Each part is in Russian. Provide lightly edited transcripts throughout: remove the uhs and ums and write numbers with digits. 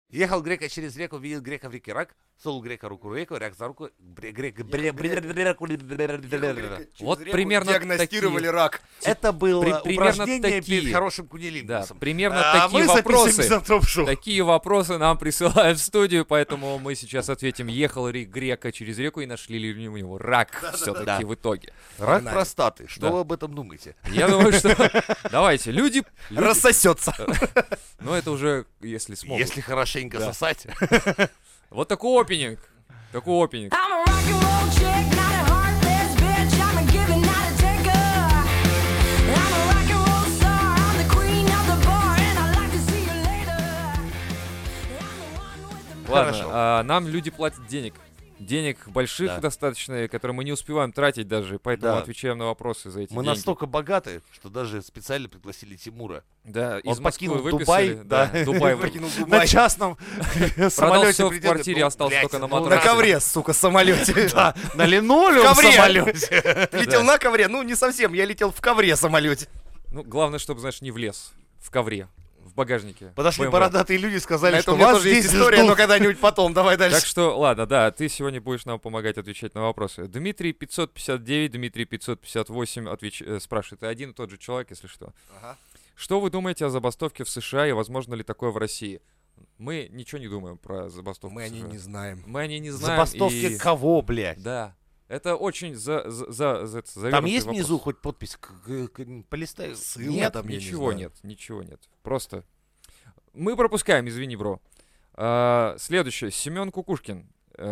Ехал грека через реку, видел грека в реке рак, сунул грека руку в реку, рак за руку, грек... Вот примерно диагностировали рак. Это было примерно упражнение такие. перед хорошим Да, кунилингусом. примерно А такие мы вопросы. записываем мизантроп-шоу. Такие вопросы нам присылают в студию, поэтому мы сейчас ответим. Ехал ли грека через реку и нашли ли у него рак все-таки да. в итоге. Рак Погнали. простаты. Что Да. вы об этом думаете? Я думаю, что... Давайте, люди... Рассосется. Ну, это уже, если смогут. Если хорошенько Да. сосать. Вот такой опенинг. Такой опенинг. I'm a rock and roll chick, not a heartless bitch. I'm a giver, not a taker. I'm a rock and roll star. I'm the queen of the bar, and I'd like to see you later. I'm the one with the Ладно, Хорошо. нам люди платят денег. Денег больших Да. достаточно, которые мы не успеваем тратить даже, поэтому Да. отвечаем на вопросы за эти Мы деньги. настолько богаты, что даже специально пригласили Тимура. Да, Он из Москвы покинул выписали. Дубай, да. Дубай Покинул На Дубай. частном Продал самолете. все в прилетел, квартире, ну, остался блядь, только на ну, На матрасе. ковре, сука, самолете. Да, на линолеум В ковре. самолете. Летел на ковре? Ну, не совсем. Я летел в ковре самолете. Ну, главное, чтобы, знаешь, не влез в ковре, в багажнике. Подошли BMW. бородатые люди, сказали, Это что у меня вас тоже здесь есть история, но ждут. когда-нибудь потом. Давай Так дальше. что, ладно, да, ты сегодня будешь нам помогать отвечать на вопросы. Дмитрий 559, Дмитрий 558 спрашивает. Ты один и тот же человек, если что. Ага. Что вы думаете о забастовке в США и возможно ли такое в России? Мы ничего не думаем про забастовку Мы в о ней США. не знаем. Мы о ней не знаем. Забастовки и- кого, блядь? Да. Это очень Там завернутый есть вопрос. внизу хоть подпись? Полистай. Ссылка Нет? там, я не Ничего знаю. нет, ничего нет. Просто. Мы пропускаем, извини, бро. Следующее. Семен Кукушкин.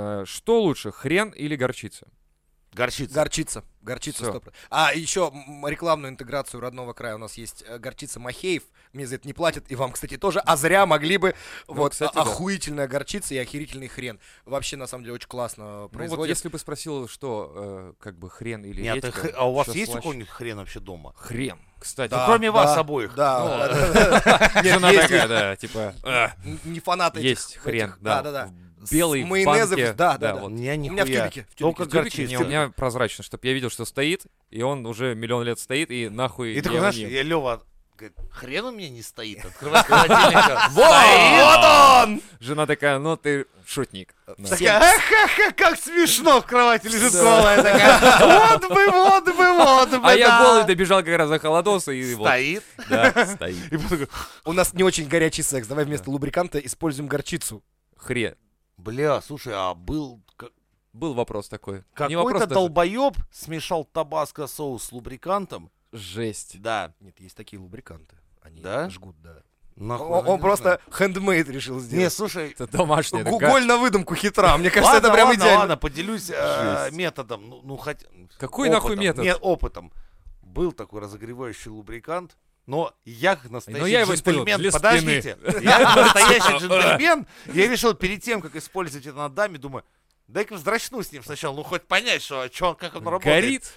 Что лучше, хрен или горчица? Горчица. Горчица. Горчица Всё. 100%. А еще рекламную интеграцию родного края у нас есть горчица Махеев. Мне за это не платят. И вам, кстати, тоже. А зря могли бы. Вот, кстати, да. охуительная горчица и охерительный хрен. Вообще, на самом деле, очень классно Ну вот производят. если бы спросил, что, как бы хрен или Нет, редька, а у вас что есть у слаще? кого-нибудь хрен вообще дома? Хрен, кстати. Да, кроме вас да, обоих. Да. Ну, Нет, Жена есть такая, да, типа, не фанаты есть этих- хрен, этих- да. Да. Белый С в майонезом, банке, да. вот. У меня У меня в нихуя. тюбике. Только В тюбике горчица. не, у меня прозрачно, чтобы я видел, что стоит, и он уже миллион лет стоит, и нахуй И такой, я знаешь, не ем. я Лёва говорит, хрен у меня не стоит. Открывает холодильник. Вот он! Жена такая, ну ты шутник. Да. Такая, ха-ха, как смешно в кровати лежит голая. Такая, вот бы, А я да». голый добежал как раз за холодоса и вот. Стоит. Да, стоит. И потом такой, У нас не очень горячий секс. Давай вместо лубриканта используем горчицу. Хрен. бля, слушай, а был Был вопрос такой. Не какой-то вопрос даже. долбоеб смешал табаско соус с лубрикантом. Жесть. Да. Нет, есть такие лубриканты. Они Да? жгут, да. Нахуй, Он ну, не просто хендмейд решил знаю. Не, сделать. слушай, Это домашнее. это Голь на выдумку хитра. Мне кажется, это прям идеально. ладно, поделюсь Жесть. методом. Ну, хоть... Какой нахуй метод? Нет, опытом. Был такой разогревающий лубрикант, но я как настоящий я его использовал джентльмен, для подождите, я как настоящий джентльмен, я решил перед тем, как использовать это на даме, думаю, дай-ка вздрачну с ним сначала, ну хоть понять, как оно работает. Горит.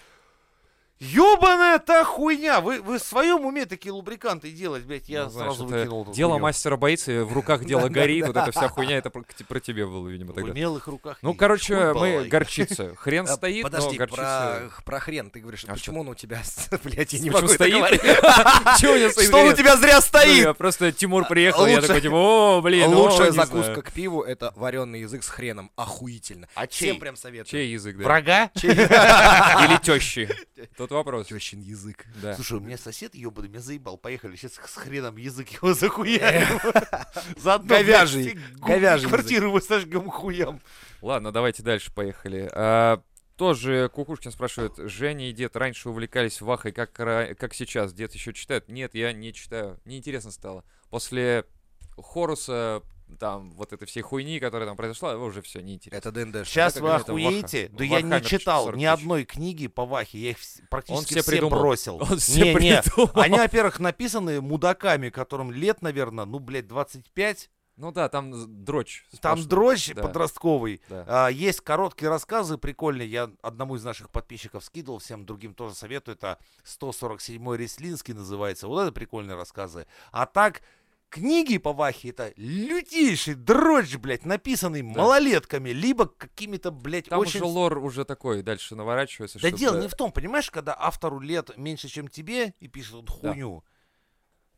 Ёбаная та хуйня! Вы в своем уме такие лубриканты делать, блядь, я Ну, знаешь, сразу это выкинул. эту Дело хуйню. мастера боится, в руках дело горит, вот эта вся хуйня, это про тебе было, видимо, В тогда. умелых руках. Ну, не короче, хуй мы балай. горчица. Хрен А, стоит, но Подожди, горчица... про хрен ты говоришь. А Почему он у тебя... Блять, я не Почему могу это стоит? говорить. Чего у него стоит Что он у хрен? тебя зря Ну, стоит? я просто Тимур приехал, я Лучше- такой, типа, о, блин, Лучшая не закуска знаю. к пиву — это вареный язык с хреном. Охуительно. А Всем чей? прям советую. Чей язык, да? Врага? Или тещи? Тот вопрос. Тещин язык. Да. Слушай, у меня сосед ебаный меня заебал. Поехали, сейчас с хреном язык его захуярим. Заодно, Говяжий, блядь, говяжий квартиру мы сожгем хуям. Ладно, давайте дальше поехали. Тоже Кукушкин спрашивает, Женя и дед раньше увлекались вахой, как сейчас? Дед еще читает? Нет, я не читаю. Неинтересно стало. После Хоруса, там, вот этой всей хуйни, которая там произошла, уже все неинтересно. Это ДНД. Сейчас Это вы какая-то охуеете? ваха. Да я не Вархаммер читал 40 ни тысяч. одной книги по вахе. Я их практически все все придумал. бросил. Он все Не. придумал. Они, во-первых, написаны мудаками, которым лет, наверное, 25. Ну да, там дрочь. Там сплошная. дрожь Да. подростковый. Да. Есть короткие рассказы прикольные. Я одному из наших подписчиков скидывал, всем другим тоже советую. Это 147-й Реслинский называется. Вот это прикольные рассказы. А так, книги по вахе — это лютейший дрочь, блядь, написанный малолетками, либо какими-то, блядь, Там очень... уже лор уже такой дальше наворачивается. Да что дело не в том, понимаешь, когда автору лет меньше, чем тебе, и пишет вот хуйню.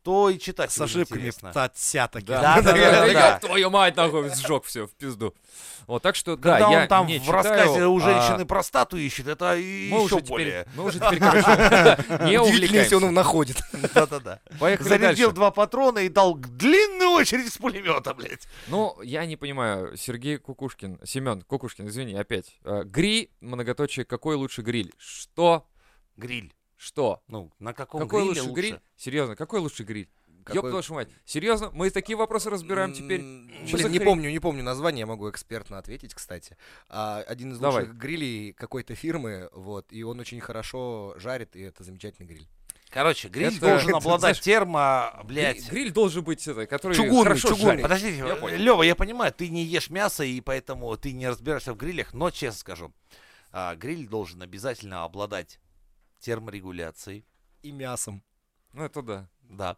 то и читать С будет ошибками интересно. вся таки. Да, да, да. Ёб твою мать, нахуй, сжег все в пизду. Вот, так что, да, Когда я он там не в читаю, рассказе у а женщины простату ищет, это мы еще уже более. теперь, короче, не Удивительно, если он увлекаемся. его находит. Да-да-да. Поехали Зарядил дальше. 2 патрона и дал длинную очередь с пулемета, блядь. Ну, я не понимаю, Сергей Кукушкин, Семен Кукушкин, извини, опять. Гри, многоточие, какой лучше гриль? Что? Гриль. Что? Ну, на каком Какой гриле лучше лучше? гриль? Серьезно, какой лучше гриль? Какой- Ёб вашу мать. Серьезно? Мы такие вопросы разбираем теперь. Чё за Блин, хрень? не помню название, я могу экспертно ответить, кстати. Один из Давай. лучших грилей какой-то фирмы, вот, и он очень хорошо жарит, и это замечательный гриль. Короче, гриль Это- должен это, обладать знаешь, термо, блядь. Гриль должен быть, который Чугунный, хорошо чугунный. жарит. Подождите, Я понял. Лёва, я понимаю, ты не ешь мясо, и поэтому ты не разбираешься в грилях, но честно скажу, гриль должен обязательно обладать терморегуляцией, И мясом. Ну, это да. да,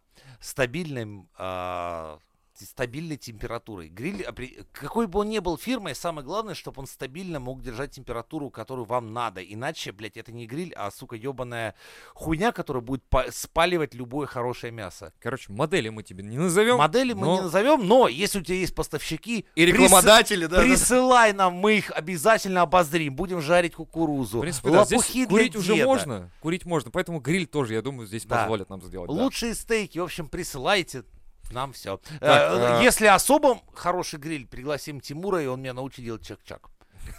стабильной температурой. Гриль, какой бы он ни был фирмой, самое главное, чтобы он стабильно мог держать температуру, которую вам надо. Иначе, блядь, это не гриль, а, сука, ебаная хуйня, которая будет спаливать любое хорошее мясо. Короче, модели мы тебе не назовем. Модели мы не назовем, но если у тебя есть поставщики, И рекламодатели, да. присылай нам, мы их обязательно обозрим. Будем жарить кукурузу. В принципе, да, здесь Лопухи для курить уже деда. можно. Курить можно. Поэтому гриль тоже, я думаю, здесь Да. позволят нам сделать. да. Лучшие стейки, в общем, присылайте. Нам все. Так, Если особо хороший гриль, пригласим Тимура, и он меня научит делать чак-чак.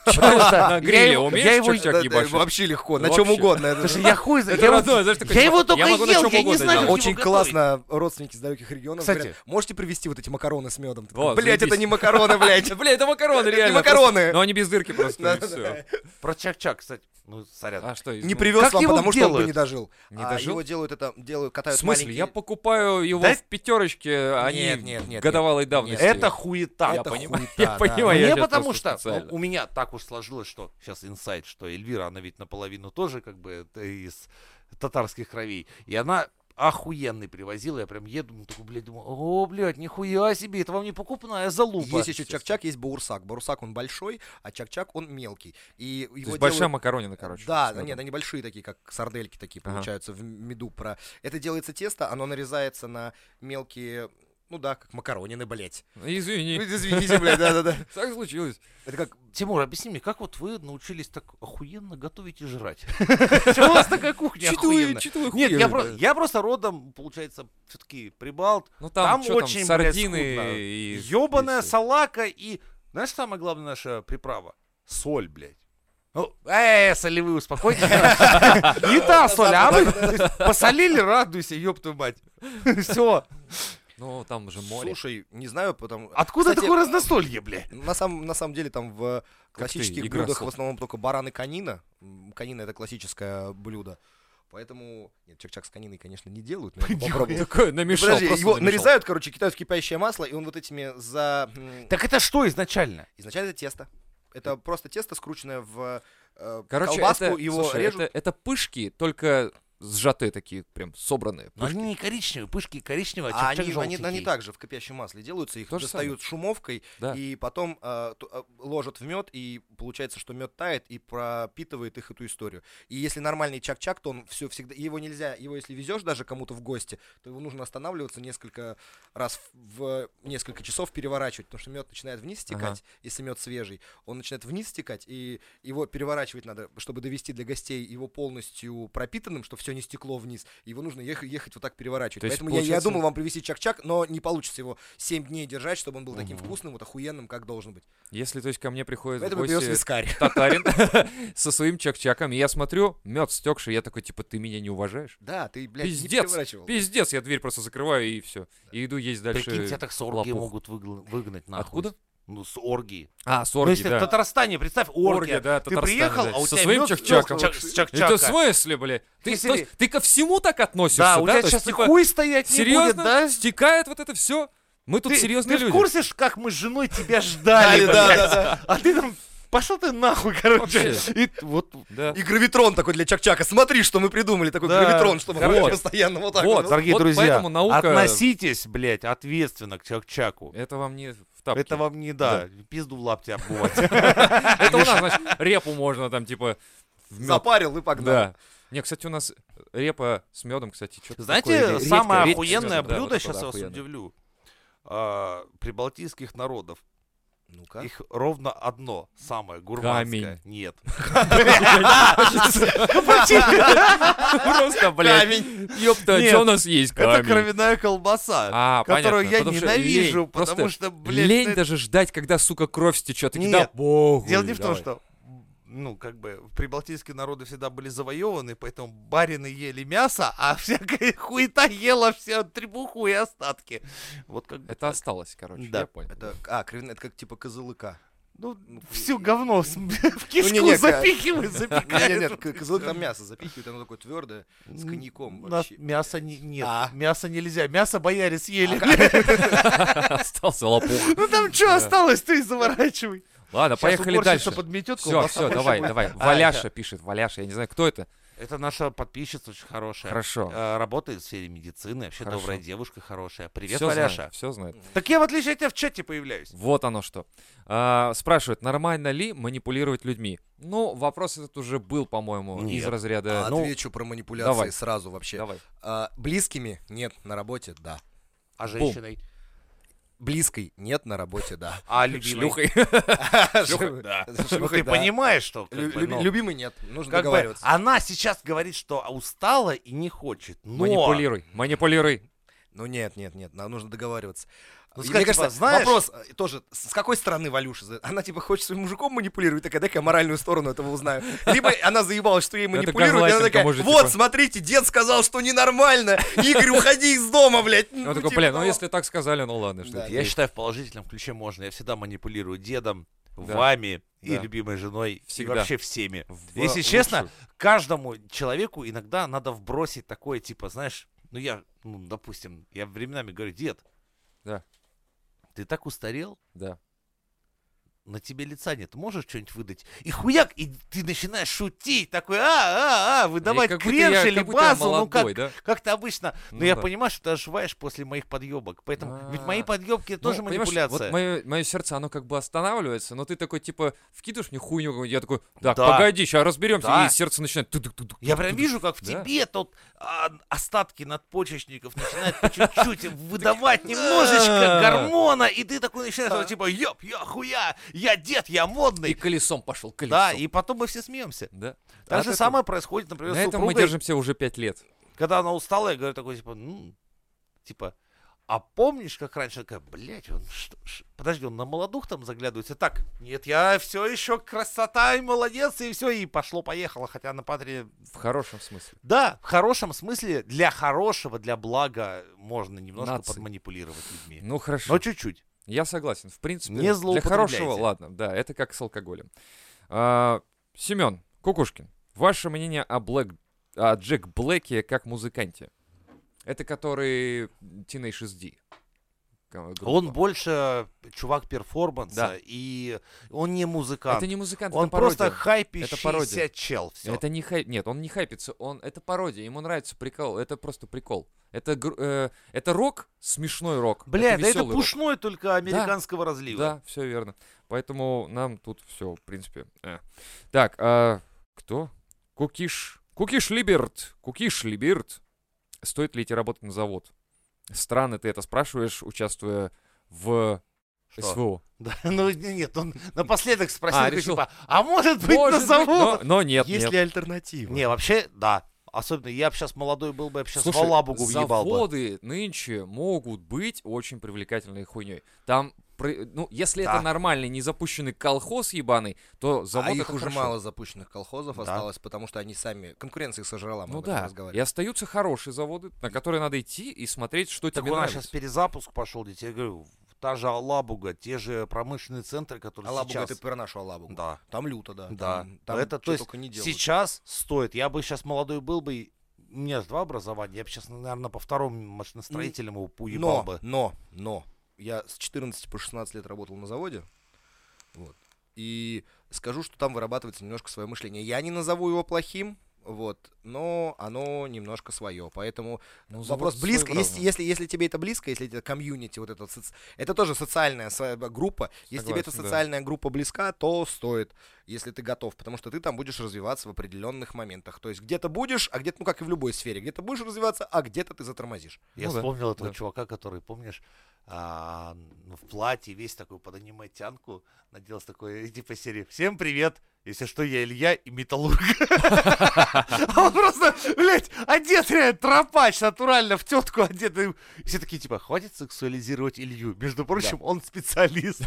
На гриле я умеешь его- чак-чак ебашить? Вообще легко, на Вообще. чем угодно. Это Слушай, я хуй знает. Это я родное, вот- знаешь, такой, Я типа, его только я могу на ел, чем я не угодно знаю, как делать. Очень его классно родственники из далеких регионов Кстати. говорят, можете привезти вот эти макароны с медом? Ты Вот, такой, блядь, это заебись. не макароны, блядь. Бля, это макароны, Это не реально. макароны. просто. Но они без дырки просто, и Да-да-да. всё. готовить. Про чак-чак, кстати. Ну, сорян. А что? Не ну, привез как вам, его потому что он бы делают? не дожил. Не дожил? Его делают, В катают смысле? маленькие... Я покупаю его Да? в пятерочке, они нет, годовалой давности. Это хуета. Я это понимаю, хуета, я да. понимаю. я Мне щас потому просто что специально. у меня так уж сложилось, что сейчас инсайт, что Эльвира, она ведь наполовину тоже как бы это из татарских кровей. И она охуенный привозила. Я прям еду, такой, блядь, думаю, о, блядь, нихуя себе, это вам не покупная залупа. Есть еще чак-чак, есть баурсак. Баурсак он большой, а чак-чак он мелкий. И То его есть большая делают- макаронина, короче. Да, с медом. нет, они большие такие, как сардельки такие Ага. получаются в меду. Это делается тесто, оно нарезается на мелкие, ну да, как макаронины, блять. Извини, Извините, блядь, да-да-да. так случилось. Это как Тимур, объясни мне, как вот вы научились так охуенно готовить и жрать? Что у вас такая кухня охуенная? Нет, я просто родом, получается, все-таки прибалт. Ну Там там, что там, очень, блядь, сардины скудно. и... Ёбаная и всё. салака и... Знаешь, самая главная наша приправа? Соль, блядь. Ну, солевые, успокойтесь. Не та соль, а вы посолили, радуйся, ёб твою мать. Все. Ну, там же море. Слушай, не знаю, потому... Откуда Кстати, такое разносолье, блядь? На самом деле там в классических игра блюдах слов. в основном только баран и конина. Конина это классическое блюдо. Поэтому... Нет, чак-чак с кониной, конечно, не делают, но я бы попробовал. Такой намешал, Подожди, просто его намешал. нарезают, короче, кидают в кипящее масло, и он вот этими Так это что изначально? Изначально это тесто. Это просто тесто, скрученное в Короче, колбаску, это, его слушай, режут. это пышки, только сжатые такие, прям собранные. Но пышки. они не коричневые, пышки коричневые, А а чак-чак они желтенький. также в кипящем масле делаются, их То же достают шумовкой, Да. и потом ложат в мед, и получается, что мед тает и пропитывает их эту историю. И если нормальный чак-чак, то он все всегда, его нельзя, его если везешь даже кому-то в гости, то его нужно останавливаться несколько раз в несколько часов переворачивать, потому что мед начинает вниз стекать, Ага. если мед свежий, он начинает вниз стекать, и его переворачивать надо, чтобы довести для гостей его полностью пропитанным, чтобы все не стекло вниз. Его нужно ехать вот так переворачивать. То есть, Поэтому я получается- думал вам привезти чак-чак, но не получится его 7 дней держать, чтобы он был таким вкусным, вот охуенным, как должен быть. Если, то есть, ко мне приходит в Поэтому привез гости вискарь. татарин со своим чак-чаком, и я смотрю, мед стекший, я такой, типа, ты меня не уважаешь? Да, ты, блядь, не Пиздец, переворачивал. пиздец, я дверь просто закрываю и все. И иду есть дальше. Прикинь, тебя так с оргии лопух. могут выгнать нахуй. Откуда? Ну, с оргии. А, с Ну, орги, если в да. Татарстане, представь, оргия. Оргия, да, Ты Татарстане, приехал, да, а у со тебя своим мёд чак-чаком. с чак-чака. Это в смысле, бля? Ты, Если- то есть, ты ко всему так относишься, Да, да? у тебя То есть, сейчас типа, хуй стоять не серьезно? будет, да? Стекает вот это все? Мы тут Ты серьезные в люди. курсе, как мы с женой тебя ждали, Да, блядь? да, А ты там, пошел ты нахуй, короче. Вообще. И вот, Да. И гравитрон такой для чак-чака. Смотри, что мы придумали. Такой Да. гравитрон, чтобы Вот. ходить постоянно вот так Вот. вот. дорогие вот друзья, поэтому наука- относитесь, блядь, ответственно к чак-чаку. Это вам не в тапки. Это вам не, да, пизду в лапте обувать. Это у нас, значит, репу можно там, типа, в мёд. Запарил и погнал. Да. Не, кстати, у нас репа с медом, кстати, что-то Знаете, самое редко охуенное встречается. Да, вот блюдо, это сейчас да, я вас охуенно. удивлю, прибалтийских народов. Ну-ка. Их ровно одно, самое гурманское. Камень. Нет. Просто, блядь. Ёпта, Нет, что у нас есть? Это Камень. кровяная колбаса, А, которую понятно, я потому что ненавижу, лень, просто потому что, блядь, лень это- даже ждать, когда, сука, кровь стечет. Такие, Нет, да, похуй, Дело не в том, давай. что прибалтийские народы всегда были завоеваны, поэтому барины ели мясо, а всякая хуета ела все требуху и остатки. Вот как бы Это так. осталось, короче, Да. я понял. Кровяная, это как типа козылыка. Ну, всю говно в кишку не-не, запихивай, запекаешь. Нет, козылык там мясо запихивают, оно такое твердое, с коньяком У нас вообще. мяса нет, А. мясо нельзя, мясо бояре съели. Остался лопух. Ну там что осталось, ты заворачивай. Ладно, Щас поехали уборщица дальше. подметет, Все, колбаса все, больше давай, будет. давай. А, Валяша пишет, Валяша, я не знаю, кто это. Это наша подписчица очень хорошая. Хорошо. Работает в сфере медицины, вообще Хорошо. добрая девушка хорошая. Привет, Все Валяша. знает, все знает. Так я, в отличие от тебя, в чате появляюсь. Вот оно что. Спрашивают, нормально ли манипулировать людьми? Ну, вопрос этот уже был, по-моему, из Нет. разряда... Ну, Отвечу про манипуляции давай. сразу вообще. давай. Близкими нет, на работе да. А женщиной? Близкой нет, на работе да. А любимой? Шлюхой. Да. Ну Шлюхой, ты да. понимаешь, что как бы, ну, Любимый нет, нужно как бы договариваться. она сейчас говорит, что устала и не хочет. Но Манипулируй, манипулируй. Ну нет, нам нужно договариваться. Ну, И скажи, мне кажется, типа, знаешь- вопрос тоже, с какой стороны Валюша? Она типа хочет своим мужиком манипулировать, такая, дай-ка я моральную сторону этого узнаю. Либо она заебалась, что ей Это манипулируют, и она газлайтинг, такая, может, вот, типа. смотрите, дед сказал, что ненормально, Игорь, уходи из дома, блядь. Ну, такой, типа блин, ну того. если так сказали, ну ладно, что Да. это. Я считаю, в положительном ключе можно. Я всегда манипулирую дедом, Да. вами и Да. любимой женой, Всегда. и вообще всеми. В Если честно, лучшую. каждому человеку иногда надо вбросить такое, типа, знаешь, допустим, я временами говорю, дед, Да. ты так устарел, Да. на тебе лица нет, можешь что-нибудь выдать? И хуяк, и ты начинаешь шутить, такой, выдавать Как будто кренж я- или как будто я базу, молодой, да? как ты обычно. Но Ну я да. понимаю, что ты оживаешь после моих подъебок, поэтому, ведь мои А. подъебки тоже Ну, понимаешь, манипуляция. Вот мое сердце, оно как бы останавливается, но ты такой, типа, вкидываешь мне хуйню, какую-нибудь, я такой, так, Да. погоди, сейчас разберемся, Да. и сердце начинает... тудук-тудук, Я прям тудук-тудук. вижу, как в Да. тебе тут остатки надпочечников начинают по чуть-чуть выдавать немножечко гормона, и ты такой начинаешь, вот, типа, ёп, я хуя, я дед, я И модный. колесом пошел, колесом. Да, и потом мы все смеемся. Да. Так От же этого- самое происходит, например, На с этом мы супругой. держимся уже 5 лет. Когда она устала, я говорю такой, типа, а помнишь, как раньше, такая, блядь, подожди, он на молодух там заглядывается? Так, нет, я все еще красота и молодец, и все, и пошло-поехало, хотя на Патре... В хорошем смысле. Да, в хорошем смысле, для хорошего, для блага можно немножко Нации. подманипулировать людьми. Ну, хорошо. Но чуть-чуть. Я согласен. В принципе, Не для злоупотребляйте. хорошего, ладно, да, это как с алкоголем. Семен Кукушкин, ваше мнение о Джек Блэке как музыканте? Это который Teenage SD. группа. Он больше чувак перформанса, Да. и он не музыкант. Это не музыкант, Он это пародия. просто хайпящийся Это пародия. чел. Всё. Это не хайп, нет, он не хайпится, это пародия, ему нравится прикол, это просто прикол. Это рок, смешной рок. Бля, да это весёлый рок. пушной только американского разлива. Да, все верно. Поэтому нам тут все, в принципе. Так, кто? Кукиш Либерт. Стоит ли идти работать на завод? Странно ты это спрашиваешь, участвуя в Что? СВО. Да, ну нет, он напоследок спросил, такой, решил. типа, а может быть Может на быть, завод? но нет, Есть нет. ли альтернатива? Не, вообще, да. Особенно я бы сейчас молодой был бы, я бы сейчас Слушай, в Алабугу въебал бы. заводы нынче могут быть очень привлекательной хуйней. Там, если Да. это нормальный, не запущенный колхоз ебаный, то завод А это их уже хорошо. мало запущенных колхозов Да. осталось, потому что они сами... Конкуренция их сожрала, мы Ну об этом да, и разговаривали. остаются хорошие заводы, на которые надо идти и смотреть, что Так тебе у нас нравится. сейчас перезапуск пошел, я говорю, та же Алабуга, те же промышленные центры, которые Алабуга, сейчас... это про нашу Алабугу. Да. Там люто, да. Да. Там Это, чё то есть, только не делают. сейчас стоит. Я бы сейчас молодой был бы, у меня же 2 образования, я бы сейчас, наверное, по второму машиностроителям его уебал бы. Но, я с 14 по 16 лет работал на заводе, вот, и скажу, что там вырабатывается немножко свое мышление. Я не назову его плохим, вот, но оно немножко свое, поэтому Ну, вопрос завод близко, своеобразный. если тебе это близко, если это комьюнити, вот это, это тоже социальная своя группа, если тебе эта Согласен, да. социальная группа близка, то стоит. если ты готов, потому что ты там будешь развиваться в определенных моментах. То есть где-то будешь, а где-то, ну как и в любой сфере, где-то будешь развиваться, а где-то ты затормозишь. Я Ну да, вспомнил этого да. чувака, который, помнишь, в платье, весь такой под аниме-тянку, надел с такой, типа, серии «Всем привет, если что, я Илья и Металлург». А он просто, блядь, одет реально, тропач, натурально, в тетку одет. И все такие, типа, хватит сексуализировать Илью. Между прочим, он специалист.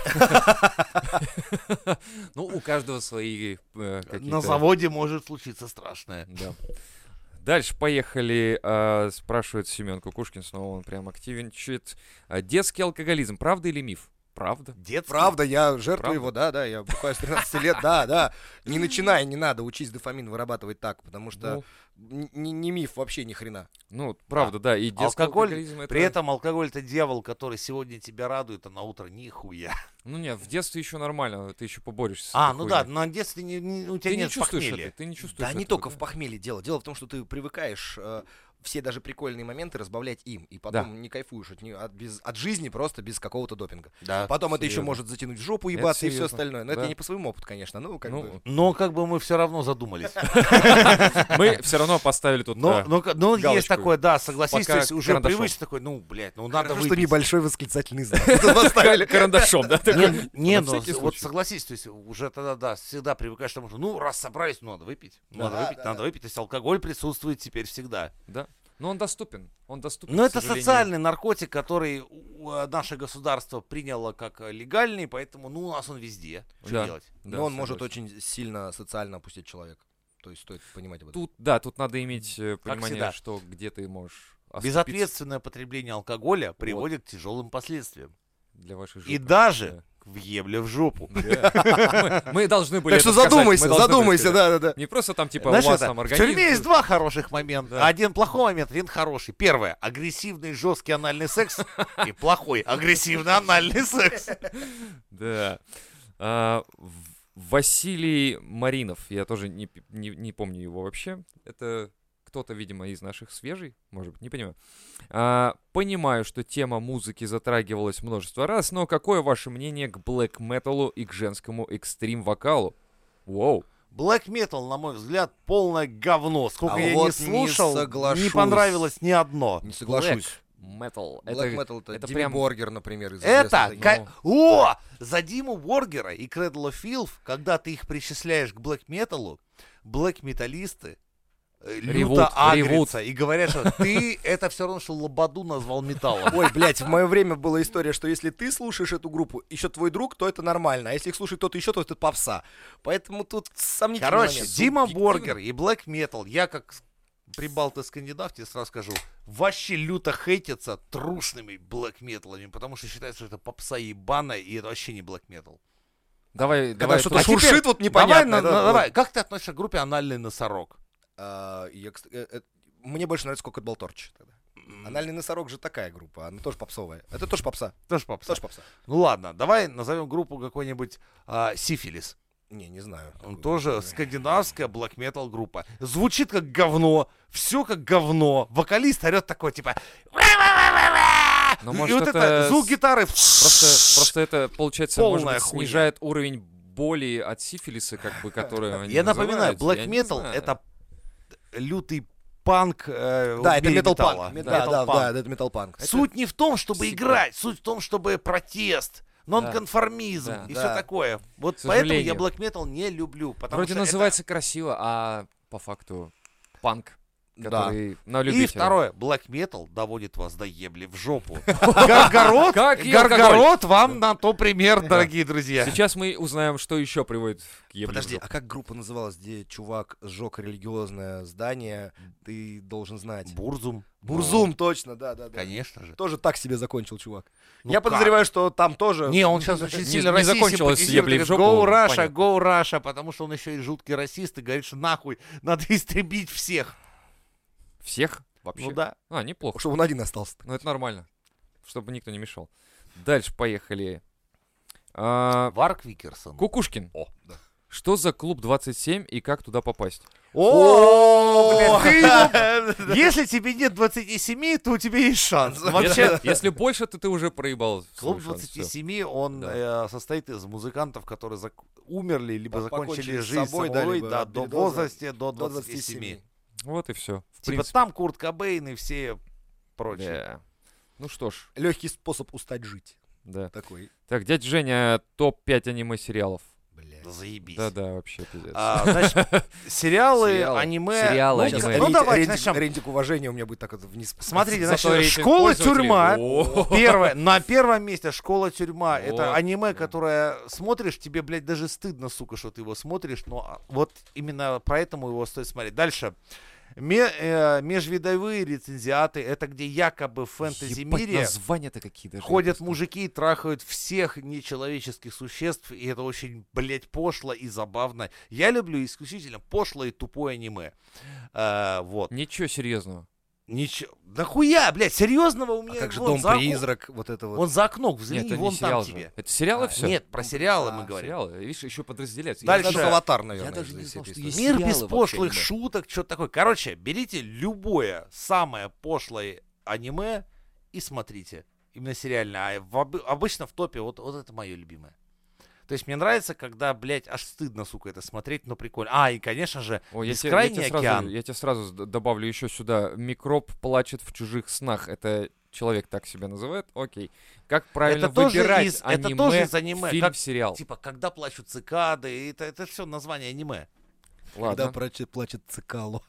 Ну, у каждого свои какие-то... На заводе может случиться страшное. Да. Дальше поехали. Спрашивает Семен Кукушкин, снова он прям активничает. Детский алкоголизм, правда или миф? Правда. Детский. Правда, я жертва Правда? его, да, я бухаю с 13 лет, да. Не начинай, не надо, учись дофамин вырабатывать так, потому что не миф вообще ни хрена. Ну, правда, да. И детский Алкоголь, алкоголизм это... при этом алкоголь это дьявол, который сегодня тебя радует, а на утро нихуя. Ну нет, в детстве еще нормально, ты еще поборешься с А, этой ну да, хуйней. на детстве у тебя Ты не нет чувствуешь похмелья. это, ты не чувствуешь Да не этого, только да? в похмелье дело. Дело в том, что ты привыкаешь все даже прикольные моменты разбавлять им, и потом не кайфуешь от жизни просто без какого-то допинга. Да. Потом это еще серьезно. может затянуть в жопу, ебаться и все серьезно. остальное. Но это Да. я не по своему опыту, конечно. Ну, как Ну, бы. Но как бы мы все равно задумались. Мы все равно поставили тут... Но есть галочку. такое, да, согласись, Пока то есть уже карандашом. привычно такой, ну, блядь, ну надо Хорошо, что выпить. небольшой восклицательный знак. Тут поставили. Карандашом, да? такой? Не, На ну всякий вот случай. согласись, то есть уже тогда, да, всегда привыкаешь к тому, что, ну, раз собрались, ну, надо выпить. Да, Надо выпить. То есть алкоголь присутствует теперь всегда. Да. Но он доступен. Он доступен. Но к это сожалению. социальный наркотик, который наше государство приняло как легальный, поэтому, ну, у нас он везде. Что Да. делать? Да, Но он может согласен. очень сильно социально опустить человека. То есть стоит понимать об этом. Тут надо иметь понимание, всегда. что где ты можешь оступиться Безответственное потребление алкоголя приводит к тяжелым последствиям. для вашей И жопы. даже к въебле в жопу. Да. Мы должны были Так что это сказать, мы задумайся, должны были задумайся, сказать. да. Не просто там типа Знаешь, у вас это, там в организм. тюрьме есть два хороших момента. Да. Один плохой момент, один хороший. Первое. Агрессивный жесткий анальный секс. И плохой агрессивный анальный секс. Да. Василий Маринов, я тоже не помню его вообще. Это кто-то, видимо, из наших свежий, может быть, не понимаю. Понимаю, что тема музыки затрагивалась множество раз, но какое ваше мнение к блэк-металу и к женскому экстрим-вокалу? Воу. Black Metal, на мой взгляд, полное говно. Сколько А я вот не не слушал, не соглашусь. понравилось ни одно. Не соглашусь. Metal. Black Metal это Димми прям... Боргер, например, из Это, известных. за Диму Боргера и Cradle of Filth, когда ты их причисляешь к Black Metal, блэк-металлисты Ревут, люто агрятся и говорят, что ты это все равно, что Лободу назвал металлом. Ой, блядь, в мое время была история, что если ты слушаешь эту группу, еще твой друг, то это нормально, а если их слушает кто-то еще, то это попса. Поэтому тут сомнительный Короче, момент. Дима Субъективно. Боргер и Black Metal, я как прибалты скандинав, тебе сразу скажу, вообще люто хейтятся трушными Black Metal'ами, потому что считается, что это попса ебаная, и это вообще не Black Metal. Давай, Когда давай. что-то тут- шуршит, теперь вот непонятно. Давай, да, давай, как ты относишься к группе «Анальный носорог»? Мне больше нравится Cocked Ball Torch тогда. Анальный носорог же такая группа, она тоже попсовая. Это тоже попса. Тоже попса. Тоже попса. Ну ладно, давай назовем группу какой-нибудь «Сифилис». Не знаю. Он тоже скандинавская black metal группа. Звучит как говно, все как говно. Вокалист орет такой, типа... Но, И может, вот это это звук гитары... Просто это, получается, может Полная быть, хуйня. снижает уровень боли от сифилиса, как бы, который они Я напоминаю, называются. black Я не metal знаю. это лютый панк Да, это метал метал-панк. Да, это метал-панк. Суть не в том, чтобы всегда. играть, суть в том, чтобы протест, нонконформизм Да. и Да. все такое. Вот К поэтому я сожалению. black metal не люблю. Потому Вроде что это- называется красиво, а по факту панк, который на И любителя. второе, black metal доводит вас до ебли в жопу. Горгород, Как и Горгород вам на то пример, дорогие друзья. Сейчас мы узнаем, что еще приводит к ебле в Подожди, жопу. а как группа называлась, где чувак сжег религиозное здание? Ты должен знать. Бурзум. Бурзум, точно, да. Конечно же. Тоже так себе закончил, чувак. Ну Я как? подозреваю, что там тоже... Не, он сейчас очень Не- сильно не российский закончилось симпатизирует, еблей в говорит, жопу, Go Russia, понятно. go Russia, потому что он еще и жуткий расист и говорит, что нахуй надо истребить всех. Всех? Вообще? Ну да. А, неплохо. Чтобы он один остался. Ну, это нормально. Чтобы никто не мешал. Дальше поехали. А, Варк Викерсон. Кукушкин. О, да. Что за клуб 27 и как туда попасть? О, блядь, ты ему- Если тебе нет 27, то у тебя есть шанс. Вообще, Если больше, то ты уже проебал. клуб свой шанс, всё. 27, он Да. состоит из музыкантов, которые умерли, либо закончили Покончили с жизнь собой, да, самой, либо да, от до передоза. возрасте, до До 27. Вот и все. Типа там Курт Кобейн и все прочие. Да. Ну что ж, Легкий способ устать жить. да. Такой. Так, дядя Женя, топ-5 аниме-сериалов. Блядь. Да заебись. Да-да, вообще пиздец. Значит, сериалы, Сериалы. аниме. Сериалы, ну, аниме. ну, давайте начнем. Рейтинг уважения у меня будет так вот вниз. Смотрите, Зато значит, рейтинг школа-тюрьма. пользователей. На первом месте школа-тюрьма. Это Вот. аниме, которое смотришь, тебе, блядь, даже стыдно, сука, что ты его смотришь. Но вот именно поэтому его стоит смотреть. Дальше. Межвидовые рецензиаты. Это где якобы в Ебать, фэнтези-мире названия-то какие даже. ходят просто. мужики и трахают всех нечеловеческих существ. И это очень, блядь, пошло и забавно. Я люблю исключительно пошлое и тупое аниме. Вот. Ничего серьезного. Ничего. Да хуя, блядь, серьезного у А меня как же вон Дом за Призрак, вот это вот. Вон за окном, Нет, взгляни, это вон не там сериал же. тебе. Это сериалы все? Нет, про сериалы мы говорим. Сериалы. Видишь, еще подразделяются. Дальше. Даже Аватар, наверное. Я даже из не всей знал, этой что истории. есть Мир без сериалы пошлых вообще аниме. шуток, что такое. Короче, берите любое самое пошлое аниме и смотрите. Именно сериально. А обычно в топе вот это мое любимое. То есть мне нравится, когда, блядь, аж стыдно, сука, это смотреть, но прикольно. И, конечно же, О, Бескрайний океан. Я тебе сразу добавлю еще сюда. Микроб плачет в чужих снах. Это человек так себя называет. Окей. Как правильно Это тоже выбирать из- аниме, это тоже из аниме. фильм, Как- сериал? типа, когда плачут цикады, это все название аниме. Когда Ладно. плачет Цикало.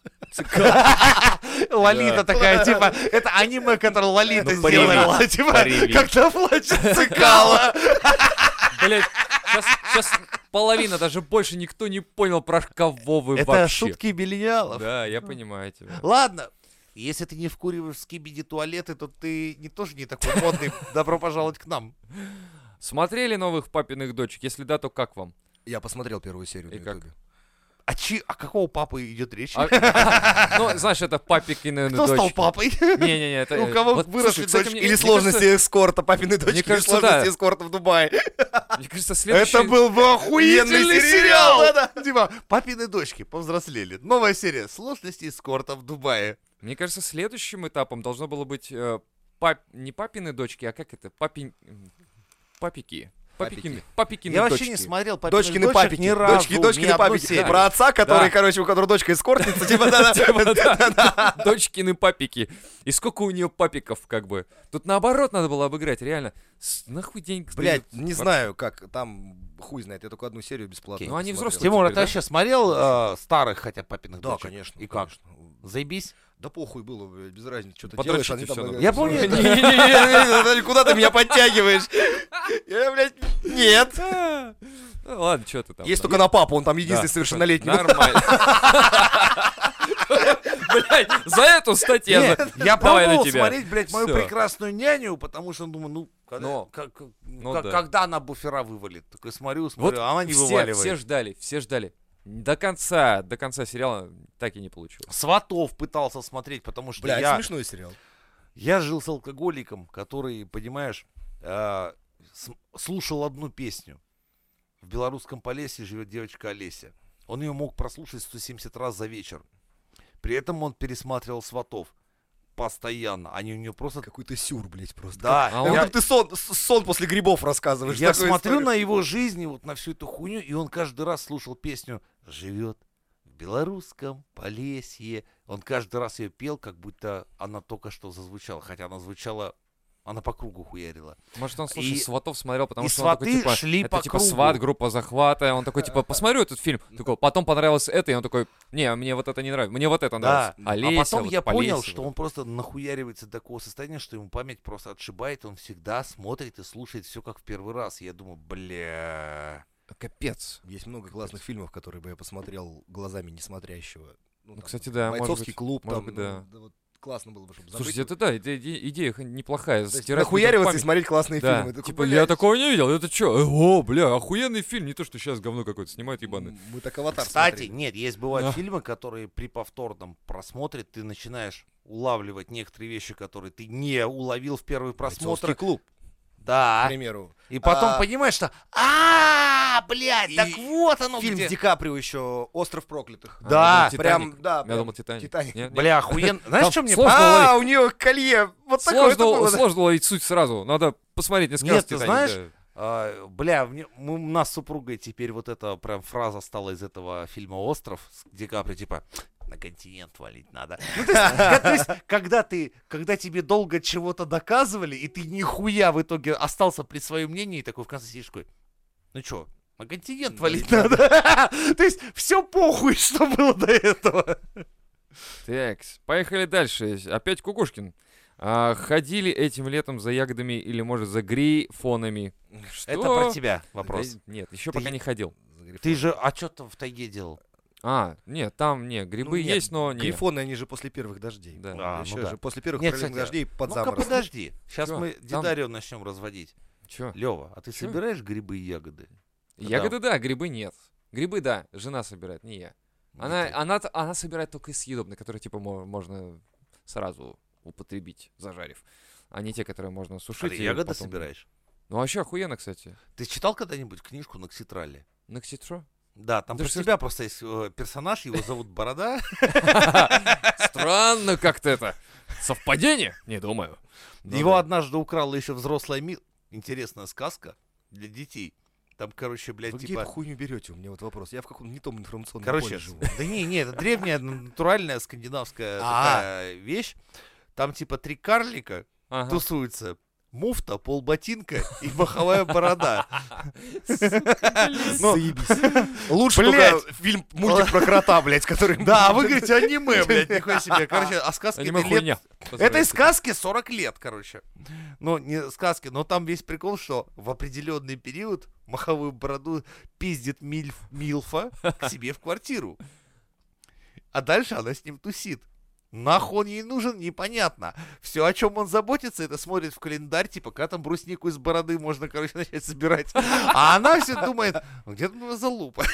Лолита такая, типа, это аниме, которое Лолита Ну, сделала. пореви, Типа, пореви. когда плачет цикало. Блять, сейчас половина, даже больше никто не понял, про кого вы Это вообще. шутки миллениалов. Да, я понимаю тебя. Ладно, если ты не вкуриваешь в скибиди туалеты, то ты тоже не такой модный. Добро пожаловать к нам. Смотрели новых папиных дочек? Если да, то как вам? Я посмотрел первую серию И на как? ютубе. О какого папы идет речь? Ну, знаешь, это папикины Кто стал дочки. папой? Не-не-не, это... У кого вот, выросли слушай, кстати, дочки? мне- Или мне сложности эскорта, папиной дочки, или кажется, сложности да. эскорта в Дубае. кажется- Мне кажется, следующий... Это был бы охуительный Охуенный сериал! сериал, Типа, папины дочки повзрослели. Новая серия. Сложности эскорта в Дубае. Мне кажется, следующим этапом должно было быть не папины дочки, а как это? Папики. Папикины Я дочки. вообще не смотрел папины Дочкины дочек папики. ни разу. Дочки, ни дочкины одну папики. серию. Про отца, который, Да. короче, у которого дочка эскортница, типа, да. Дочкины папики. И сколько у нее папиков, как бы. Тут наоборот надо было обыграть, реально. Нахуй денег Блять, сдают? не знаю, как там, хуй знает, я только одну серию бесплатно Ну, они посмотрел. взрослые. Тимур, а теперь, ты да? вообще смотрел старых хотя папиных Да, дочек? конечно. И как? конечно. Заебись? Да похуй было, блядь, без разницы, что ты Подрочить делаешь, они и там... всё надо. Я помню, это- Не-не-не, куда ты меня подтягиваешь? Я, блядь, нет. Ну, ладно, что ты там. Есть да. только на папу, он там Да, единственный совершеннолетний. Нормально. Блять, за эту статью. Нет, я Давай на пробовал тебя. смотреть, блядь, мою Всё. прекрасную няню, потому что думаю, Но. Да. когда она буфера вывалит? Такой смотрю, а она не все вываливает. ждали. До конца сериала так и не получилось. Сватов пытался смотреть, потому что Бля, это я смешной сериал. жил с алкоголиком, который, понимаешь, слушал одну песню. В белорусском Полесье живет девочка Олеся. Он ее мог прослушать 170 раз за вечер. При этом он пересматривал «Сватов» постоянно. Они у него просто... Какой-то сюр, блядь, просто. Да, А Как он- я, будто ты сон после грибов рассказываешь. я такую смотрю историю. на его жизнь, и вот на всю эту хуйню, и он каждый раз слушал песню «Живет в белорусском Полесье». Он каждый раз ее пел, как будто она только что зазвучала, хотя она звучала... Она по кругу хуярила. Может, он, слушай, И- «Сватов» смотрел, потому и что он такой, «Сваты» типа, шли это по типа кругу. «Сват», группа захвата. Он такой, типа, посмотрю этот фильм. Такой, потом понравилось это, и он такой, не, мне вот это не нравится, мне вот это Да, нравится. Олеся, а потом вот я понял, Полесье, что вот. он просто нахуяривается до такого состояния, что ему память просто отшибает, он всегда смотрит и слушает все как в первый раз. Я думаю, бля... Капец. Есть много классных фильмов, которые бы я посмотрел глазами несмотрящего. Ну, там, кстати, да, может «Бойцовский быть, клуб», может там, быть, да. вот класно было бы, чтобы Слушайте, забыть. это да, идея неплохая. То есть стирать людям нахуяриваться и память. смотреть классные Да, фильмы. Такой, типа, я блядь, такого не видел, это что? О, бля, охуенный фильм, не то, что сейчас говно какое-то снимают ебаный. Мы так «Аватар» Кстати, смотрели. нет, есть бывают Да. фильмы, которые при повторном просмотре ты начинаешь улавливать некоторые вещи, которые ты не уловил в первый «Бойцовский просмотр. клуб», к Да. примеру. И потом А- понимаешь, что блядь, И так вот оно Фильм где. с Ди Каприо еще «Остров проклятых». Да, «Титаник». Прям, да. Я думал, «Титаник». «Титаник». Нет, нет. Бля, охуенно. Знаешь, Там что мне сложно понравилось? А, у нее колье. Вот такое это было. Сложно ловить суть сразу. Надо посмотреть несколько Нет, раз ты «Титаник», знаешь, да. бля, у нас с супругой теперь вот эта прям фраза стала из этого фильма «Остров» с Ди Каприо, типа, на континент валить надо. Ну, то есть, когда тебе долго чего-то доказывали, и ты нихуя в итоге остался при своем мнении, и такой в конце сидишь такой, ну чё, на континент валить надо. То есть, все похуй, что было до этого. Так, поехали дальше. Опять Кукушкин. Ходили этим летом за ягодами или, может, за грифонами? Что? Это про тебя вопрос. Да нет, еще Ты пока е- не ходил. Ты же, а что там в тайге делал? Нет, там, грибы Ну, нет, есть, но не. Грифоны, они же после первых дождей. Да. А, Еще ну да. же после первых Нет, проливных кстати, дождей под Ну-ка, заморозок. подожди. Сейчас Чё? мы Там- Дидарию начнем разводить. Чё? Лева, а ты Чё? собираешь грибы и ягоды? Ягоды, да, грибы нет. Грибы, да, жена собирает, не я. Она собирает только из съедобных, которые, типа, можно сразу употребить, зажарив. А не те, которые можно А сушить. ты и ягоды потом- собираешь? Ну, вообще охуенно, кстати. Ты читал когда-нибудь книжку Нокситрали? Нокситро? Да, там Да про что ж- тебя просто есть персонаж, его зовут Борода. Странно как-то это. Совпадение? Не думаю. Ну Его да. однажды украла еще взрослая интересная сказка для детей. Там, короче, блядь, Вы где типа... эту хуйню берете? У меня вот вопрос. Я в каком-то не том информационном Короче, поле живу. да не, это древняя, натуральная скандинавская А. такая вещь. Там типа 3 карлика Ага. тусуются. Муфта, полботинка и маховая борода. Ну, Заебись. Лучше блядь. только фильм, мультик про крота, блядь, который... Да, а вы говорите аниме, блядь, нихуя себе. Короче, а сказки Аниме этой лет... хуйня. Этой сказке 40 лет, короче. Ну, не сказки, но там весь прикол, что в определенный период маховую бороду пиздит Милфа к себе в квартиру. А дальше она с ним тусит. Нахуй он ей нужен, непонятно. Все, о чем он заботится, это смотрит в календарь, типа, когда там бруснику из бороды можно, короче, начать собирать. А она все думает, где-то была залупа.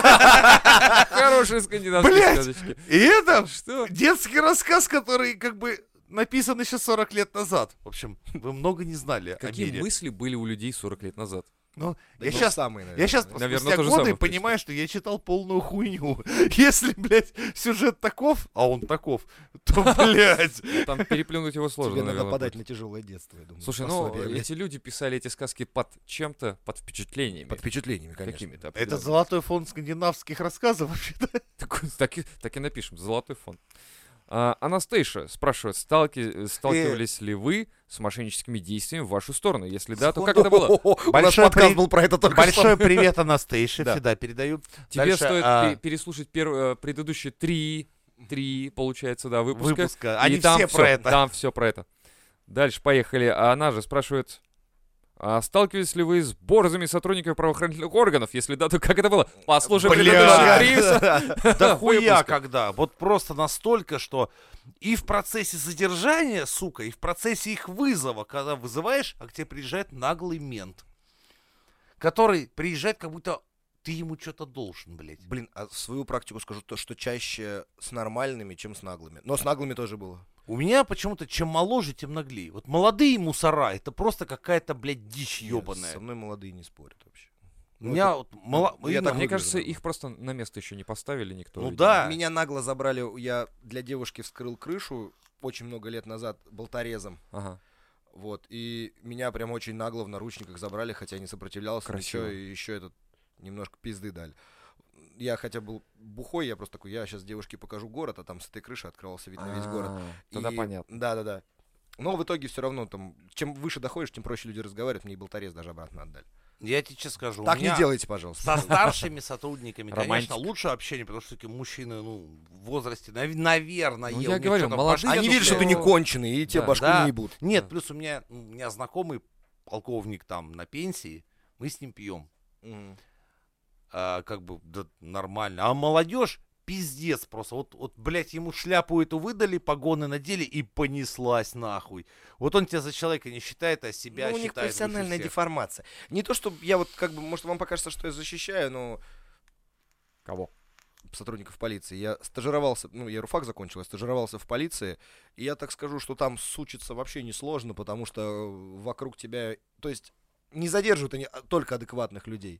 Хорошие скандинавские Блядь! сказочки. И это Что? детский рассказ, который как бы написан еще 40 лет назад. В общем, вы много не знали о Какие мире. мысли были у людей 40 лет назад? Ну, Да я ну, сейчас самые, Я сейчас Наверное, спустя то же годы самое, в принципе. понимаю, что я читал полную хуйню. Если, блядь, сюжет таков, а он таков, то, блядь. Там переплюнуть его сложно, Тебе надо наверное, подать будет. на тяжелое детство, я думаю. Слушай, ну, пособие, блядь. эти люди писали эти сказки под чем-то, под впечатлениями. Под впечатлениями, конечно. Какими-то Это определенными. золотой фонд скандинавских рассказов вообще-то. Так и напишем, золотой фон. Анастейша спрашивает, сталкивались ли вы с мошенническими действиями в вашу сторону? Если да, то как это было? У нас Большой подкаст при- был про это только что. Большой привет, Анастейше, Да. всегда передаю. Тебе Дальше, стоит переслушать предыдущие три, получается, да, выпуска. выпуска. И Они там все всё, про это. Там все про это. Дальше поехали. Она же спрашивает, сталкивались ли вы с борзыми сотрудниками правоохранительных органов? Если да, то как это было? Послушай Бля. предыдущие три. Да хуя выпуска. когда. Вот просто настолько, что и в процессе задержания, сука, и в процессе их вызова, когда вызываешь, а к тебе приезжает наглый мент, который приезжает, как будто ты ему что-то должен, блядь. Блин, а в свою практику скажу то, что чаще с нормальными, чем с наглыми. Но с наглыми тоже было. У меня почему-то чем моложе, тем наглее. Вот молодые мусора, это просто какая-то, блядь, дичь Нет, ебаная. Со мной молодые не спорят вообще. У меня вот ну, я так Мне выгляжу, кажется, наверное. их просто на место еще не поставили никто. Ну видимо. да. Меня нагло забрали, я для девушки вскрыл крышу очень много лет назад болторезом. Ага. Вот, и меня прям очень нагло в наручниках забрали, хотя я не сопротивлялся, Красиво. ничего, и еще этот немножко пизды дали. Я хотя был бухой, я просто такой, я сейчас девушке покажу город, а там с этой крыши открывался вид на весь город. Тогда И- понятно. Да. Но в итоге все равно там, чем выше доходишь, тем проще люди разговаривают, мне и болторез даже обратно отдали. Я тебе честно скажу, у Так меня не делайте, пожалуйста. со старшими сотрудниками, конечно, Романтика. лучше общение, потому что такие мужчины, ну, в возрасте, наверное, Ну, я говорю, молодые, молодые. Они видят, что ты не конченый, и тебе Да. башку Да. не ебут. Нет, Да. плюс у меня знакомый полковник там на пенсии, мы с ним пьем. Как бы да, нормально. А молодежь пиздец просто. Вот, блядь, ему шляпу эту выдали, погоны надели и понеслась нахуй. Вот он тебя за человека не считает, а себя Ну, у них считает профессиональная выше всех. деформация. Не то, что я вот как бы, может, вам покажется, что я защищаю, но Кого? сотрудников полиции. Я стажировался, ну, я РУФАК закончил, я стажировался в полиции, и я так скажу, что там сучиться вообще несложно, потому что вокруг тебя, то есть не задерживают они только адекватных людей.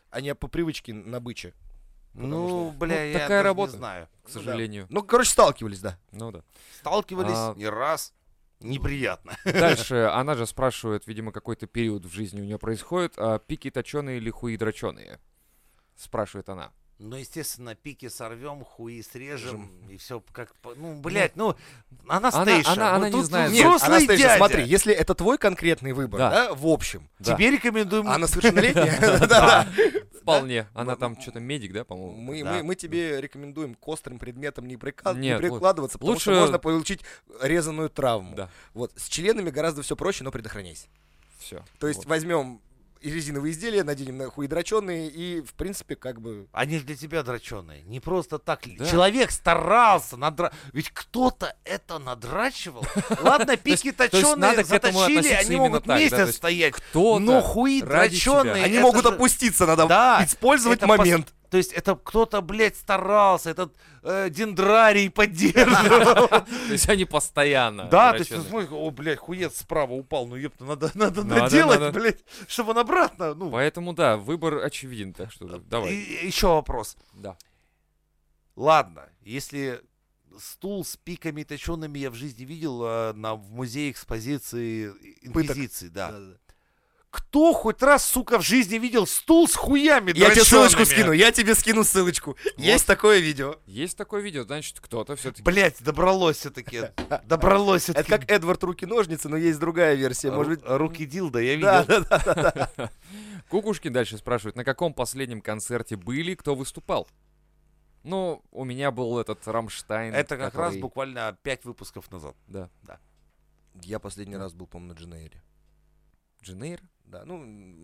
а не по привычке на быче. Ну, бля, ну, я такая даже работа. не знаю. К сожалению. Ну, короче, сталкивались, да. Ну да. Сталкивались не раз. Неприятно. Дальше она же спрашивает, видимо, какой-то период в жизни у нее происходит, пики точеные или хуи дроченые? Спрашивает она. Ну, естественно, пики сорвем, хуи срежем, и все как... Ну, блядь, ну, Анастейша. она ну, не тут знает. Нет, взрослый Анастейша, дядя. смотри, если это твой конкретный выбор, Да. да, в общем, Да. Тебе рекомендуем... она совершеннолетняя, да. Вполне. Она М- там что-то медик, да, по-моему? Мы тебе рекомендуем к острым предметам не Нет, прикладываться, потому что лучше- можно получить резаную травму. Да, Вот, с членами гораздо все проще, но предохраняйся. все. То есть возьмем и резиновые изделия, наденем на хуедроченые, и, в принципе, как бы... Они же для тебя дроченые. Не просто так. Да. Человек старался. Ведь кто-то это надрачивал. Ладно, пики то есть надо точеные к этому заточили, относиться они именно могут так, да, то месяц есть стоять. Кто-то Но хуи ради тебя. дроченые. Они это могут же- опуститься, надо Да, использовать это момент. То есть это кто-то, блядь, старался, этот дендрарий поддерживал. То есть они постоянно. Да, то есть, дроченые. ну, смотри, о, блядь, хуец справа упал, ну, ёпта, надо Надо, наделать, надо. блядь, чтобы он обратно, ну. Поэтому, да, выбор очевиден, так что давай. Еще вопрос. Да. Ладно, если стул с пиками точеными я в жизни видел в музее экспозиции Инквизиции, да. Да-да-да. Кто хоть раз, сука, в жизни видел стул с хуями Я тебе ссылочку дрочеными? скину, я тебе скину ссылочку. Есть такое видео. Есть такое видео, значит, кто-то все-таки. Блять, добралось все-таки. Добралось Это все-таки. как Эдвард руки-ножницы, но есть другая версия. Может быть... Руки Дилда, я Да, видел. да, да. Кукушкин дальше спрашивает, на каком последнем концерте были, кто выступал? Ну, у меня был этот Рамштайн. Это как раз который- буквально 5 выпусков назад. Да. Я последний раз был, по-моему, на Дженейре. Дженейр? Да, ну...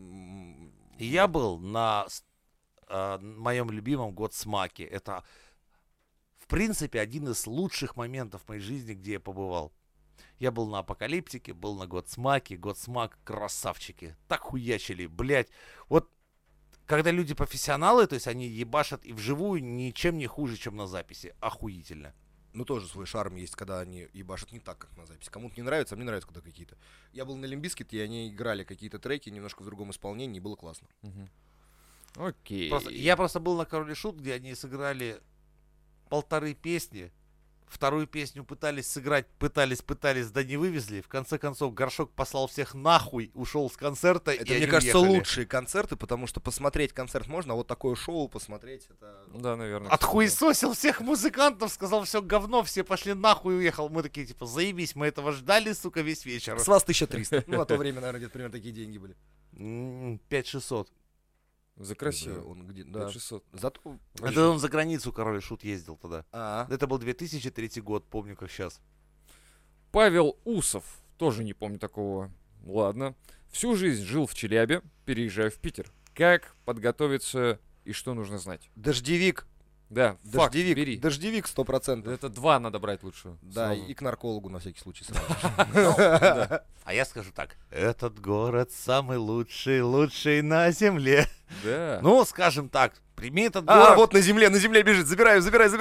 И я был на моем любимом Годсмаке. Это, в принципе, один из лучших моментов в моей жизни, где я побывал. Я был на Апокалиптике, был на Годсмаке. Годсмак красавчики. Так хуячили, блядь. Вот когда люди профессионалы, то есть они ебашат и вживую ничем не хуже, чем на записи. Охуительно. Ну, тоже свой шарм есть, когда они ебашат не так, как на записи. Кому-то не нравится, а мне нравится, когда какие-то. Я был на Лимбискете, и они играли какие-то треки немножко в другом исполнении, и было классно. Мгм. Окей. Я просто был на Короле Шут, где они сыграли 1,5 песни. Вторую песню пытались сыграть, пытались, да не вывезли. В конце концов, Горшок послал всех нахуй, ушел с концерта. и Это, они мне кажется, уехали. лучшие концерты, потому что посмотреть концерт можно, а вот такое шоу посмотреть, это... Да, наверное. Отхуесосил всех музыкантов, сказал, все говно, все пошли нахуй, уехал. Мы такие, типа, заебись, мы этого ждали, сука, весь вечер. С вас 1300. Ну, на то время, наверное, где-то примерно такие деньги были. 5600. За красиво. Он где... Да. 600. Зато... Это он за границу, Король и Шут ездил тогда. А, Это был 2003 год, помню, как сейчас. Павел Усов. Тоже не помню такого. Ладно. Всю жизнь жил в Челябе, переезжаю в Питер. Как подготовиться и что нужно знать? дождевик. Да, факт, Дождевик. бери. Дождевик 100%. Это 2 надо брать лучше. Да, сразу. и к наркологу на всякий случай сразу. А я скажу так. Этот город самый лучший на земле. Да. Ну, скажем так, прими этот А, город. вот на земле бежит. Забирай.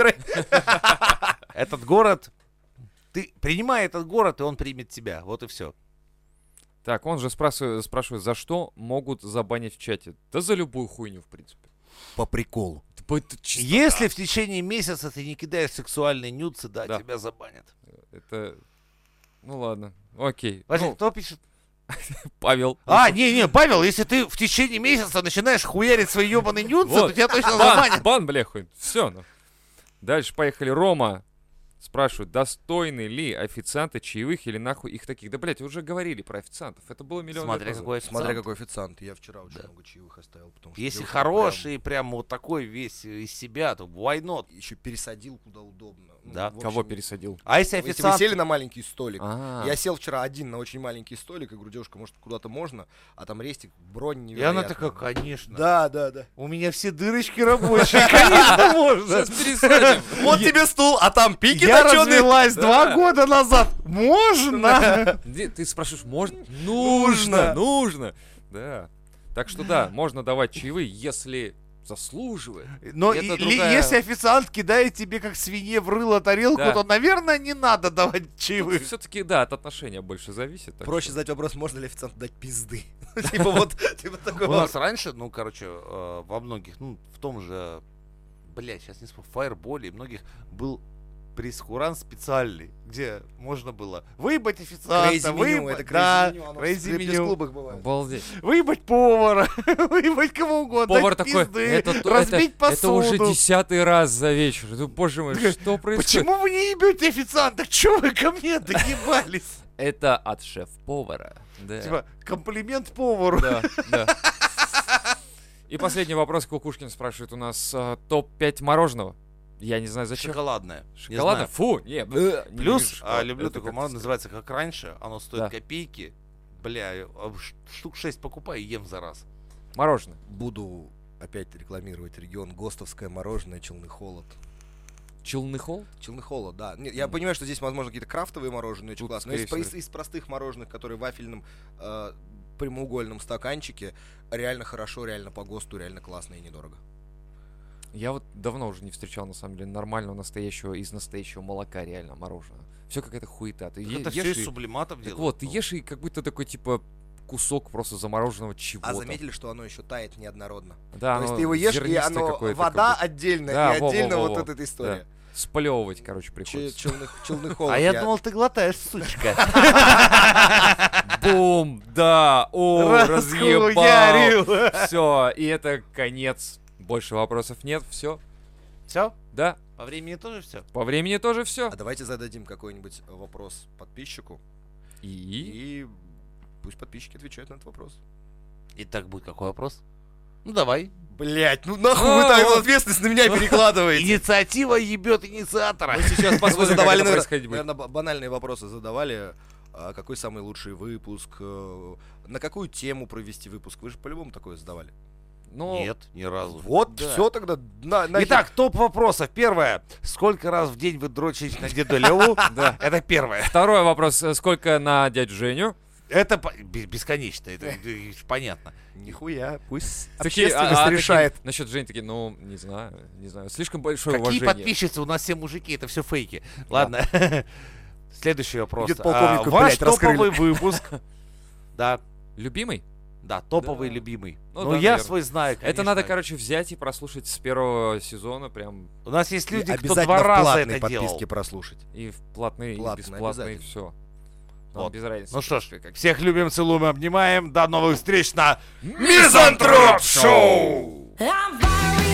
Этот город. Ты принимай этот город, и он примет тебя. Вот и все. Так, он же спрашивает, за что могут забанить в чате? Да за любую хуйню, в принципе. По приколу. Это чисто Если в течение месяца ты не кидаешь сексуальные нюцы, да, Да. тебя забанят. Это... Ну ладно, окей. Подожди, Ну, кто пишет? Павел. Не, Павел, если ты в течение месяца начинаешь хуярить свои ебаные нюцы, Вот. то тебя точно забанят. Бан, бля, хуй. Все, ну. Дальше поехали. Рома спрашивает, достойны ли официанты чаевых или нахуй их таких? Да, блядь, уже говорили про официантов. Это было миллион лет Смотря назад. какой Смотря официант. какой официант. Я вчера очень Да. много чаевых оставил. Потому что Если девушка хороший, прям вот такой весь из себя, то why not? прям еще пересадил куда удобно. Ну, Да. в Кого общем, пересадил? А если Если вы официант... сели на маленький столик, А, я сел вчера один на очень маленький столик, и говорю, девушка, может, куда-то можно, а там рестик, бронь И невероятная. она такая, конечно. Да, да, да. У меня все дырочки рабочие, конечно, можно. сейчас пересадим. Вот тебе стул, а там пики Я точеные. развелась 2 года назад. Можно? Ты спрашиваешь, можно? Нужно. Да. Так что да, можно давать чаевые, если заслуживает. Но Это или другая- если официант кидает тебе как свинье в рыло тарелку, Да. то, наверное, не надо давать чаевых. Все-таки, да, от отношения больше зависит. так Проще что- задать вопрос, можно ли официанту дать пизды. Типа вот, типа такой У нас вопрос. раньше, ну, короче, во многих, ну, в том же, сейчас не вспомню, в Фаерболе и многих был прейскурант специальный, где можно было выебать официанта, Крейзи меню, это да, крейзи меню, оно в крейзи меню, стриптиз-клубах бывает. Обалдеть. выебать повара, выебать кого угодно, Повар дать такой, пизды, это разбить это уже посуду. 10-й раз за вечер. Ну, боже мой, что происходит? Почему вы не ебете официанта? Чё вы ко мне доебались? Это от шеф-повара. Да. Типа, комплимент повару. Да, да. И последний вопрос. Кукушкин спрашивает у нас топ-5 мороженого. Я не знаю зачем. Шоколадное. Не Шоколадно? знаю. Фу, не. Плюс, люблю шоколад. люблю Это такое как-то мороженое, называется как раньше, оно стоит Да. копейки. Бля, штук 6 покупаю и ем за раз. Мороженое. Буду опять рекламировать регион Гостовское мороженое, Челны Холод. Челны холл? Челны Холод, да. Нет, я понимаю, что здесь, возможно, какие-то крафтовые мороженые очень Тут, классные. Но скорее из, из простых мороженых, которые в вафельном прямоугольном стаканчике, реально хорошо, реально по ГОСТу, реально классно и недорого. Я вот давно уже не встречал, на самом деле, нормального настоящего, из настоящего молока реально мороженого. Все какая-то хуета. Ты Это ешь все из и- сублиматов Так делают. вот, ты ну. ешь и как будто такой, типа, кусок просто замороженного чего-то. А заметили, что оно еще тает неоднородно? Да, То есть оно ты его ешь, и зернистое оно какое-то, вода как будто. отдельно, Да, и во-во-во-во. отдельно вот эта история. Сплевывать, короче, приходится. Челны Холод. А я думал, ты глотаешь, сучка. Бум! Да! О, разъебал! Расхуярил. Все, и это конец. Больше вопросов нет, все. Все? Да, По времени тоже все? по времени тоже все. А давайте зададим какой-нибудь вопрос подписчику, И и пусть подписчики отвечают на этот вопрос. Итак, будет какой вопрос? Ну, давай. Блять, ну нахуй вы так ответственность на меня перекладываете? Инициатива ебет инициатора. Мы сейчас Посмотрим, задавали, как это происходить будет. наверное, банальные вопросы задавали. Какой самый лучший выпуск? На какую тему провести выпуск? Вы же по-любому такое задавали. ну, Нет, ни разу. Вот, да. все тогда. нахер. Итак, топ вопросов. Первое. Сколько раз в день вы дрочите на деду Леву? да. Это первое. Второй вопрос. Сколько на дядю Женю? Это бесконечно, это понятно. Нихуя, пусть Такие, общественность решает. Насчет Жени такие, ну, не знаю. Слишком большое Какие уважение. подписчицы? У нас все мужики, это все фейки. Ладно. Следующий вопрос. Идет полковнику, Ваш блядь, раскрыли. топовый выпуск. Да, Любимый? да, топовый Да. любимый. Ну Ну, да, я наверное. свой знаю, Это конечно. надо, короче, взять и прослушать с первого сезона прям У нас есть И люди, кто обязательно 2 в раза платной это делал. подписке прослушать. и в платный, и Платный, бесплатный, и обязательно. все. Вот. Без разницы. Ну что ж, как- всех любим, целуем, обнимаем. До новых встреч на Мизантроп Шоу! I'm fiery